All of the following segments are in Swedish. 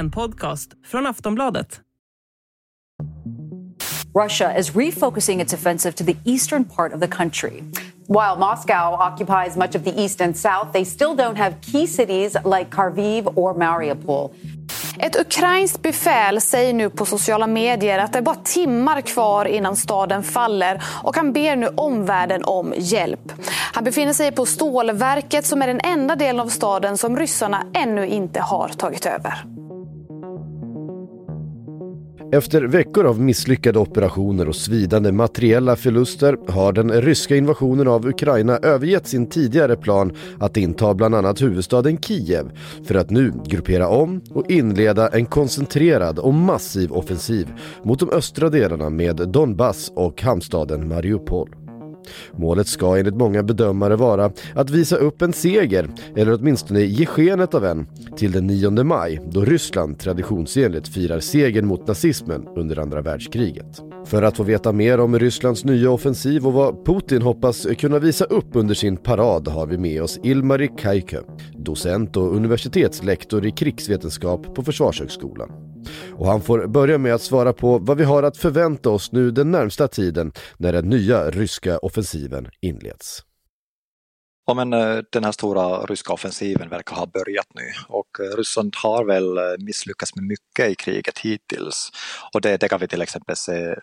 En podcast från Aftonbladet. Russia is refocusing its offensive to the eastern part of the country. While Moscow occupies much of the east and south, they still don't have key cities like Kharkiv or Mariupol. Ett ukrainskt befäl säger nu på sociala medier att det är bara timmar kvar innan staden faller och han ber nu omvärlden om hjälp. Han befinner sig på stålverket som är den enda delen av staden som ryssarna ännu inte har tagit över. Efter veckor av misslyckade operationer och svidande materiella förluster har den ryska invasionen av Ukraina övergett sin tidigare plan att inta bland annat huvudstaden Kiev för att nu gruppera om och inleda en koncentrerad och massiv offensiv mot de östra delarna med Donbass och hamnstaden Mariupol. Målet ska enligt många bedömare vara att visa upp en seger, eller åtminstone ge skenet av en, till den 9 maj då Ryssland traditionsenligt firar segern mot nazismen under andra världskriget. För att få veta mer om Rysslands nya offensiv och vad Putin hoppas kunna visa upp under sin parad har vi med oss Ilmari Kaikö, docent och universitetslektor i krigsvetenskap på Försvarshögskolan. Och han får börja med att svara på vad vi har att förvänta oss nu den närmsta tiden när den nya ryska offensiven inleds. Ja, men den här stora ryska offensiven verkar ha börjat nu och Ryssland har väl misslyckats med mycket i kriget hittills. Och det kan vi till exempel se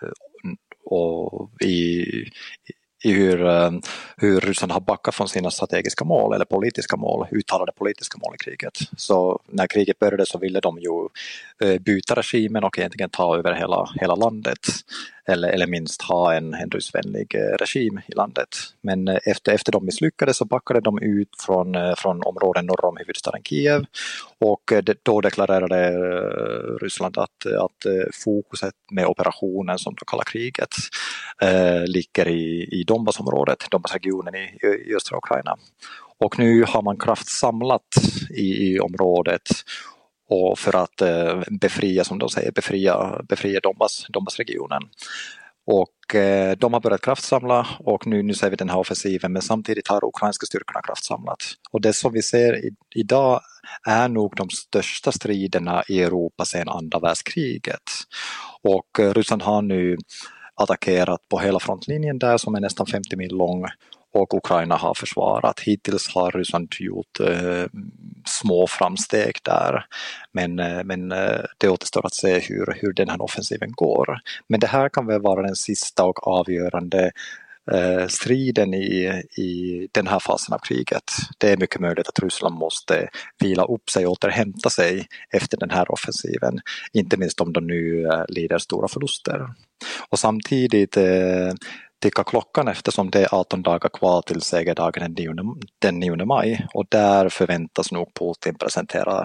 i hur Ryssland har backat från sina strategiska mål eller politiska mål, uttalade politiska mål i kriget. Så när kriget började så ville de ju byta regimen och egentligen ta över hela landet. Eller minst ha en ryssvänlig regim i landet. Men efter de misslyckades så backade de ut från områden norr om huvudstaden Kiev. Och då deklarerade Ryssland att fokuset med operationen som de kallar kriget ligger i Donbassområdet, Donbassregionen i östra Ukraina. Och nu har man kraftsamlat i området och för att befria, som de säger, befria Donbassregionen. Och de har börjat kraftsamla och nu ser vi den här offensiven, men samtidigt har ukrainska styrkorna kraftsamlat. Och det som vi ser idag är nog de största striderna i Europa sedan andra världskriget. Och Ryssland har nu attackerat på hela frontlinjen där som är nästan 50 mil lång. Och Ukraina har försvarat. Hittills har Ryssland gjort små framsteg där. Men det återstår att se hur den här offensiven går. Men det här kan väl vara den sista och avgörande striden i den här fasen av kriget. Det är mycket möjligt att Ryssland måste vila upp sig och återhämta sig efter den här offensiven. Inte minst om de nu lider stora förluster. Och samtidigt tickar klockan eftersom det är 18 dagar kvar till segerdagen den 9 maj. Och där förväntas nog Putin presentera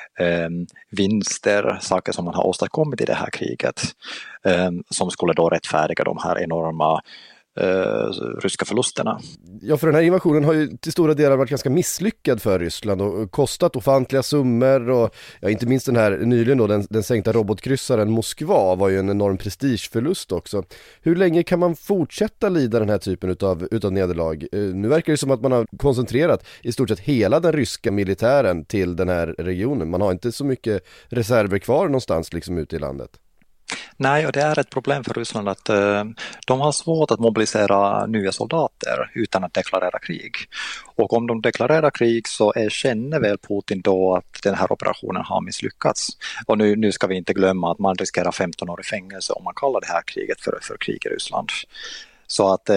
vinster, saker som man har åstadkommit i det här kriget. Som skulle då rättfärdiga de här enorma ryska förlusterna. Ja, för den här invasionen har ju till stora delar varit ganska misslyckad för Ryssland och kostat ofantliga summor och inte minst den här nyligen då den sänkta robotkryssaren Moskva var ju en enorm prestigeförlust också. Hur länge kan man fortsätta lida den här typen utav nederlag? Nu verkar det som att man har koncentrerat i stort sett hela den ryska militären till den här regionen. Man har inte så mycket reserver kvar någonstans liksom ute i landet. Nej, och det är ett problem för Ryssland att de har svårt att mobilisera nya soldater utan att deklarera krig. Och om de deklarerar krig så känner väl Putin då att den här operationen har misslyckats. Och nu ska vi inte glömma att man riskerar 15 år i fängelse om man kallar det här kriget för krig i Ryssland. Så att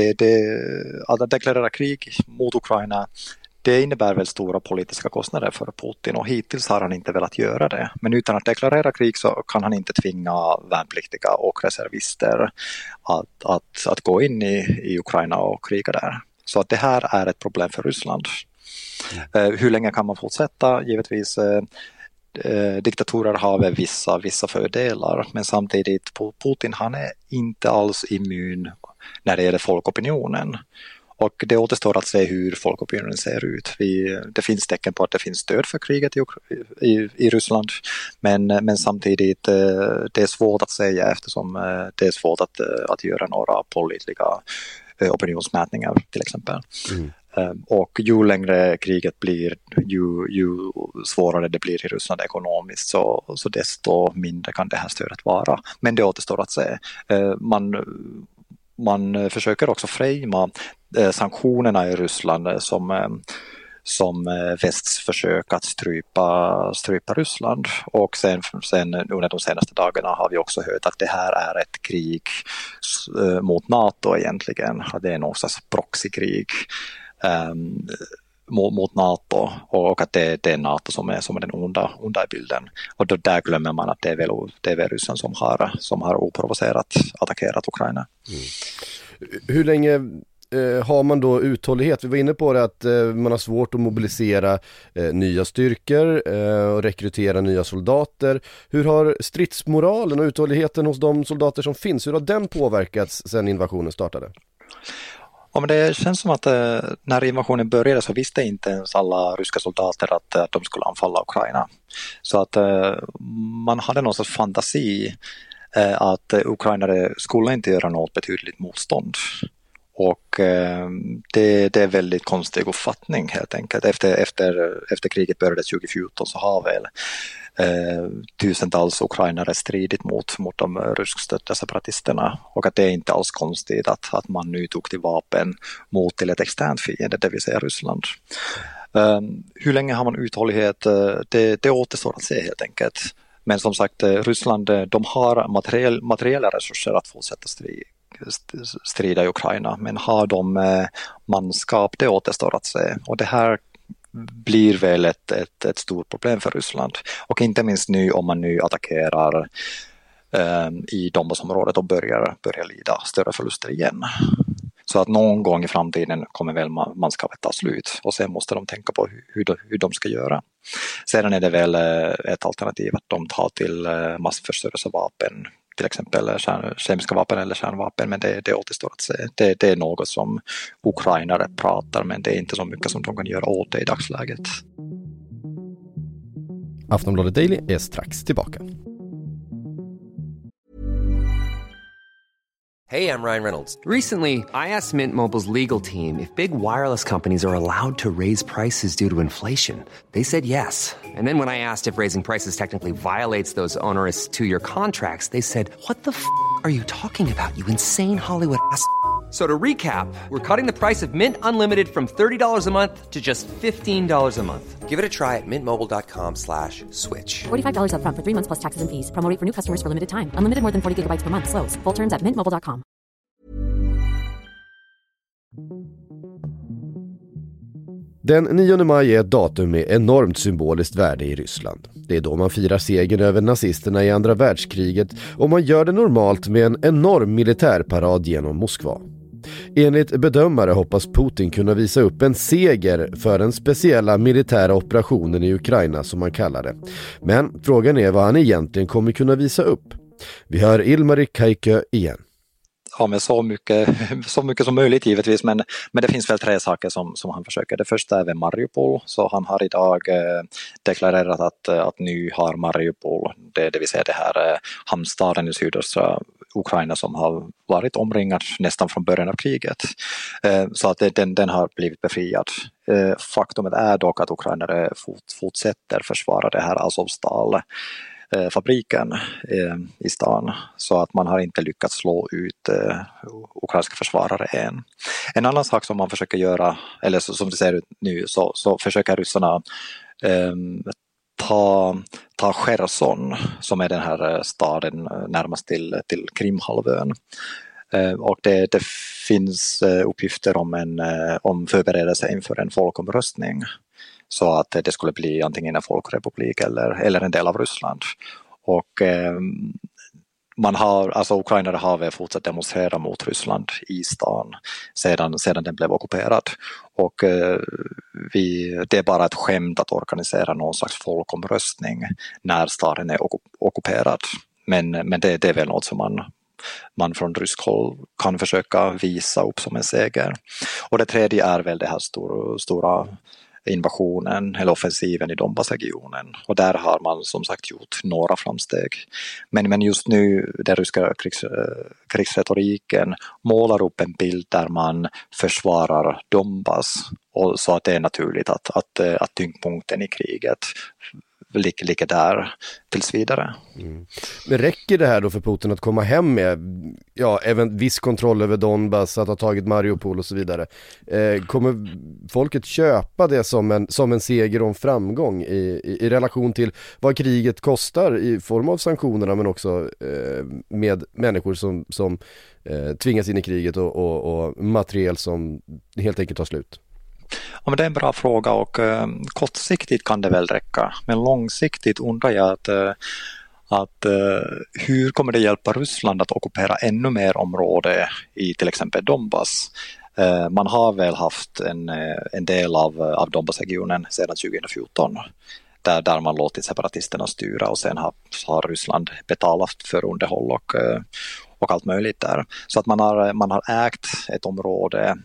att deklarera krig mot Ukraina, det innebär väl stora politiska kostnader för Putin och hittills har han inte velat göra det. Men utan att deklarera krig så kan han inte tvinga värnpliktiga och reservister att gå in i Ukraina och kriga där. Så att det här är ett problem för Ryssland. Hur länge kan man fortsätta? Givetvis diktatorer har väl vissa fördelar, men samtidigt Putin han är inte alls immun när det gäller folkopinionen. Och det återstår att se hur folkopinionen ser ut. Det finns tecken på att det finns stöd för kriget i Ryssland. Men samtidigt det är svårt att säga eftersom det är svårt att göra några pålitliga opinionsmätningar till exempel. Och ju längre kriget blir, ju svårare det blir i Ryssland ekonomiskt, så desto mindre kan det här stödet vara. Men det återstår att se. Man försöker också framea sanktionerna i Ryssland som västs försök att strypa Ryssland. Och sen under de senaste dagarna har vi också hört att det här är ett krig mot NATO egentligen. Det är någon slags proxykrig mot NATO, och att det är NATO som är den onda i bilden. Och då där glömmer man att det är väl Ryssland som har oprovocerat attackerat Ukraina. Hur länge har man då uthållighet? Vi var inne på det att man har svårt att mobilisera nya styrkor och rekrytera nya soldater. Hur har stridsmoralen och uthålligheten hos de soldater som finns, hur har den påverkats sedan invasionen startade? Ja, men det känns som att när invasionen började så visste inte ens alla ryska soldater att de skulle anfalla Ukraina. Så att man hade någon sorts fantasi att ukrainare skulle inte göra något betydligt motstånd. Och det är väldigt konstig uppfattning helt enkelt. Efter kriget började 2014 så har väl tusentals ukrainare stridit mot de ryskstödda separatisterna, och att det är inte alls konstigt att man nu tog till vapen mot till ett externt fiende, det vill säga Ryssland. Hur länge har man uthållighet? Det återstår att se helt enkelt. Men som sagt, Ryssland, de har materiella resurser att fortsätta strida i Ukraina, men har de manskap, det återstår att se. Och det här blir väl ett stort problem för Ryssland, och inte minst nu om man nu attackerar i Donbassområdet och börjar lida större förluster igen. Så att någon gång i framtiden kommer väl manskapet ta slut, och sen måste de tänka på hur de ska göra. Sedan är det väl ett alternativ att de tar till massförstörelsevapen, till exempel kemiska vapen eller kärnvapen, men det återstår att se. Det är något som ukrainare pratar, men det är inte så mycket som de kan göra åt det i dagsläget. Aftonbladet Daily är strax tillbaka. Hey, I'm Ryan Reynolds. Recently, I asked Mint Mobile's legal team if big wireless companies are allowed to raise prices due to inflation. They said yes. And then when I asked if raising prices technically violates those onerous 2-year contracts, they said, "What the f*** are you talking about, you insane Hollywood ass?" So to recap, we're cutting the price of Mint Unlimited from $30 a month to just $15 a month. Give it a try at mintmobile.com/switch. $45 up front for 3 months plus taxes and fees. Promo rate for new customers for limited time. Unlimited more than 40 gigabytes per month. Slows full terms at mintmobile.com. Den 9 maj är ett datum med enormt symboliskt värde i Ryssland. Det är då man firar segern över nazisterna i andra världskriget, och man gör det normalt med en enorm militärparad genom Moskva. Enligt bedömare hoppas Putin kunna visa upp en seger för den speciella militära operationen i Ukraina som man kallar det. Men frågan är vad han egentligen kommer kunna visa upp. Vi hör Ilmari Kaikö igen. Ja, med så mycket som möjligt givetvis, men det finns väl 3 saker som han försöker. Det första är Mariupol, så han har idag deklarerat att nu har Mariupol, det vill säga det här hamnstaden i sydöstra Ukraina som har varit omringad nästan från början av kriget, så att den har blivit befriad. Faktumet är dock att ukrainare fortsätter försvara det här Azovstal fabriken i stan, så att man har inte lyckats slå ut ukrainska försvarare än. En annan sak som man försöker göra, eller som det ser ut nu, så försöker ryssarna ta Cherson, som är den här staden närmast till Krimhalvön. Och det finns uppgifter om förberedelse inför en folkomröstning, så att det skulle bli antingen en folkrepublik eller en del av Ryssland. Och ukrainare har väl fortsatt demonstrera mot Ryssland i stan sedan den blev ockuperad. Och det är bara ett skämt att organisera någon slags folkomröstning när staden är ockuperad. Men det är väl något som man från rysk håll kan försöka visa upp som en seger. Och det tredje är väl det här stora invasionen eller offensiven i Donbassregionen. Och där har man som sagt gjort några framsteg. Men just nu, den ryska krigsretoriken målar upp en bild där man försvarar Donbass. Och så att det är naturligt att tyngdpunkten i kriget ligger där tills vidare. Men räcker det här då för Putin att komma hem med även viss kontroll över Donbass, att ha tagit Mariupol och så vidare? Kommer folket köpa det som en seger och en framgång i relation till vad kriget kostar i form av sanktionerna, men också med människor som tvingas in i kriget och materiel som helt enkelt tar slut? Ja, men det är en bra fråga och kortsiktigt kan det väl räcka. Men långsiktigt undrar jag att hur kommer det hjälpa Ryssland att ockupera ännu mer område i till exempel Donbass? Man har väl haft en del av Donbassregionen sedan 2014 där man låtit separatisterna styra, och sen har Ryssland betalat för underhåll och allt möjligt där. Så att man har ägt ett område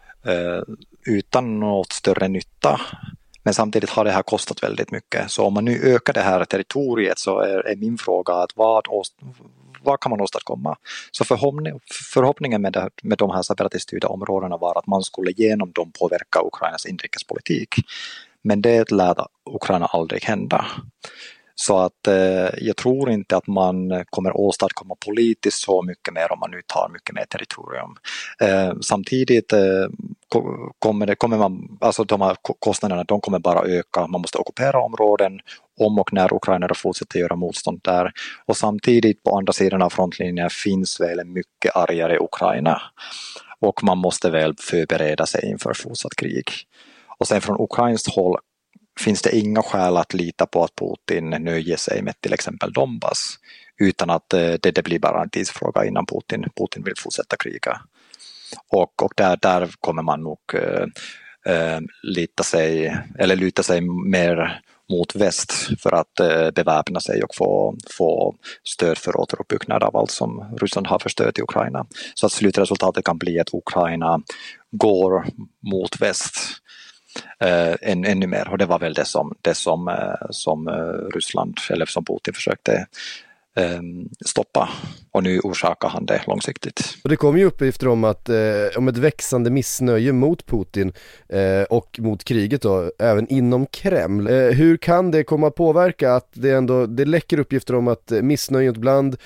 utan något större nytta, men samtidigt har det här kostat väldigt mycket. Så om man nu ökar det här territoriet, så är min fråga att vad kan man åstadkomma? Så förhoppningen med de här separatiststyrda områdena var att man skulle genom dem påverka Ukrainas inrikespolitik, men det lär Ukraina aldrig hända. Så att jag tror inte att man kommer åstadkomma politiskt så mycket mer om man nu tar mycket mer territorium. Samtidigt kommer man, alltså de här kostnaderna, de kommer bara öka. Man måste ockupera områden om och när Ukraina fortsätter göra motstånd där. Och samtidigt på andra sidan av frontlinjen finns väl en mycket argare Ukraina. Och man måste väl förbereda sig inför fortsatt krig. Och sen från ukrainskt håll finns det inga skäl att lita på att Putin nöjer sig med till exempel Donbass, utan att det blir bara en tidsfråga innan Putin vill fortsätta kriga. Och där kommer man nog luta sig mer mot väst för att beväpna sig och få stöd för återuppbyggnad av allt som Ryssland har förstört i Ukraina. Så att slutresultatet kan bli att Ukraina går mot väst ännu mer, och det var väl det som Ryssland, eller som Putin försökte stoppa, och nu orsakar han det långsiktigt. Och det kommer ju uppgifter om om ett växande missnöje mot Putin och mot kriget då, även inom Kreml. Hur kan det komma att påverka att det läcker uppgifter om att missnöjet bland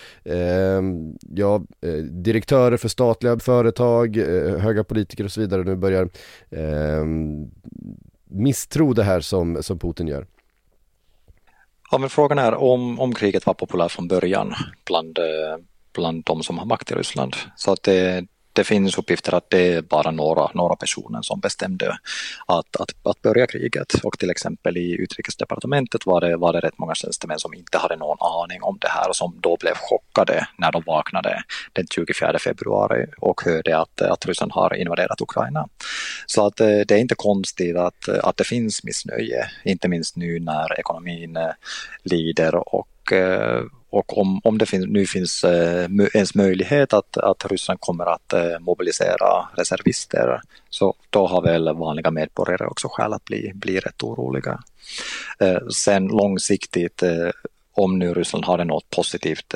direktörer för statliga företag, höga politiker och så vidare nu börjar misstro det här som Putin gör? Ja, men frågan är om kriget var populärt från början bland de som har makt i Ryssland. Så att det finns uppgifter att det är bara några personer som bestämde att börja kriget. Och till exempel i utrikesdepartementet var det rätt många tjänstemän som inte hade någon aning om det här, och som då blev chockade när de vaknade den 24 februari och hörde att Ryssland har invaderat Ukraina. Så att det är inte konstigt att det finns missnöje, inte minst nu när ekonomin lider, och om det finns ens möjlighet att Ryssland kommer att mobilisera reservister, så då har väl vanliga medborgare också skäl att bli rätt oroliga. Sen långsiktigt, om nu Ryssland har något positivt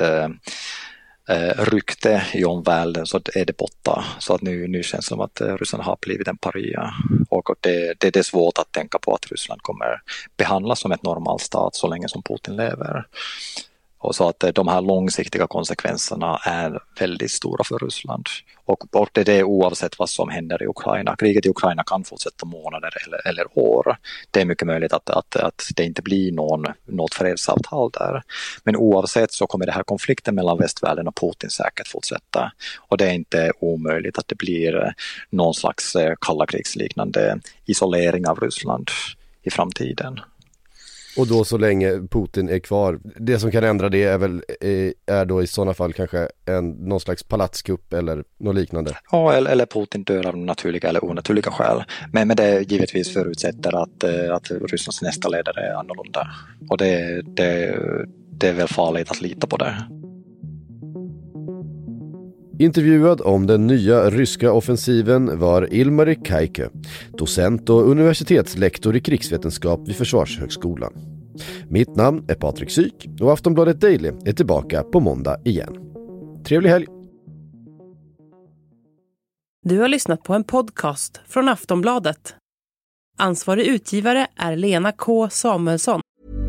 rykte i omvärlden, så är det borta. Så att nu känns det som att Ryssland har blivit en paria, och det är svårt att tänka på att Ryssland kommer behandlas som ett normalt stat så länge som Putin lever. Och så att de här långsiktiga konsekvenserna är väldigt stora för Ryssland. Och det är oavsett vad som händer i Ukraina. Kriget i Ukraina kan fortsätta månader eller år. Det är mycket möjligt att det inte blir något fredsavtal där. Men oavsett så kommer det här konflikten mellan västvärlden och Putin säkert fortsätta. Och det är inte omöjligt att det blir någon slags kalla krigsliknande isolering av Ryssland i framtiden. Och då så länge Putin är kvar, det som kan ändra det är då i sådana fall kanske någon slags palatskupp eller något liknande. Ja, eller Putin dör av naturliga eller onaturliga skäl. Men det givetvis förutsätter att Rysslands nästa ledare är annorlunda. Och det är väl farligt att lita på det. Intervjuad om den nya ryska offensiven var Ilmari Kaikö, docent och universitetslektor i krigsvetenskap vid Försvarshögskolan. Mitt namn är Patrik Syk och Aftonbladet Daily är tillbaka på måndag igen. Trevlig helg! Du har lyssnat på en podcast från Aftonbladet. Ansvarig utgivare är Lena K. Samuelsson.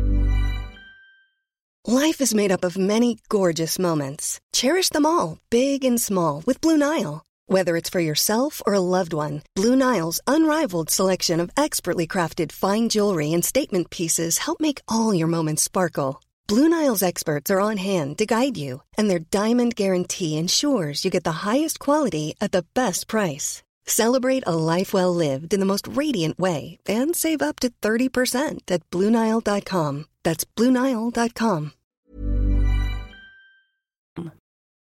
Life is made up of many gorgeous moments. Cherish them all, big and small, with Blue Nile. Whether it's for yourself or a loved one, Blue Nile's unrivaled selection of expertly crafted fine jewelry and statement pieces help make all your moments sparkle. Blue Nile's experts are on hand to guide you, and their diamond guarantee ensures you get the highest quality at the best price. Celebrate a life well lived in the most radiant way and save up to 30% at BlueNile.com. That's BlueNile.com.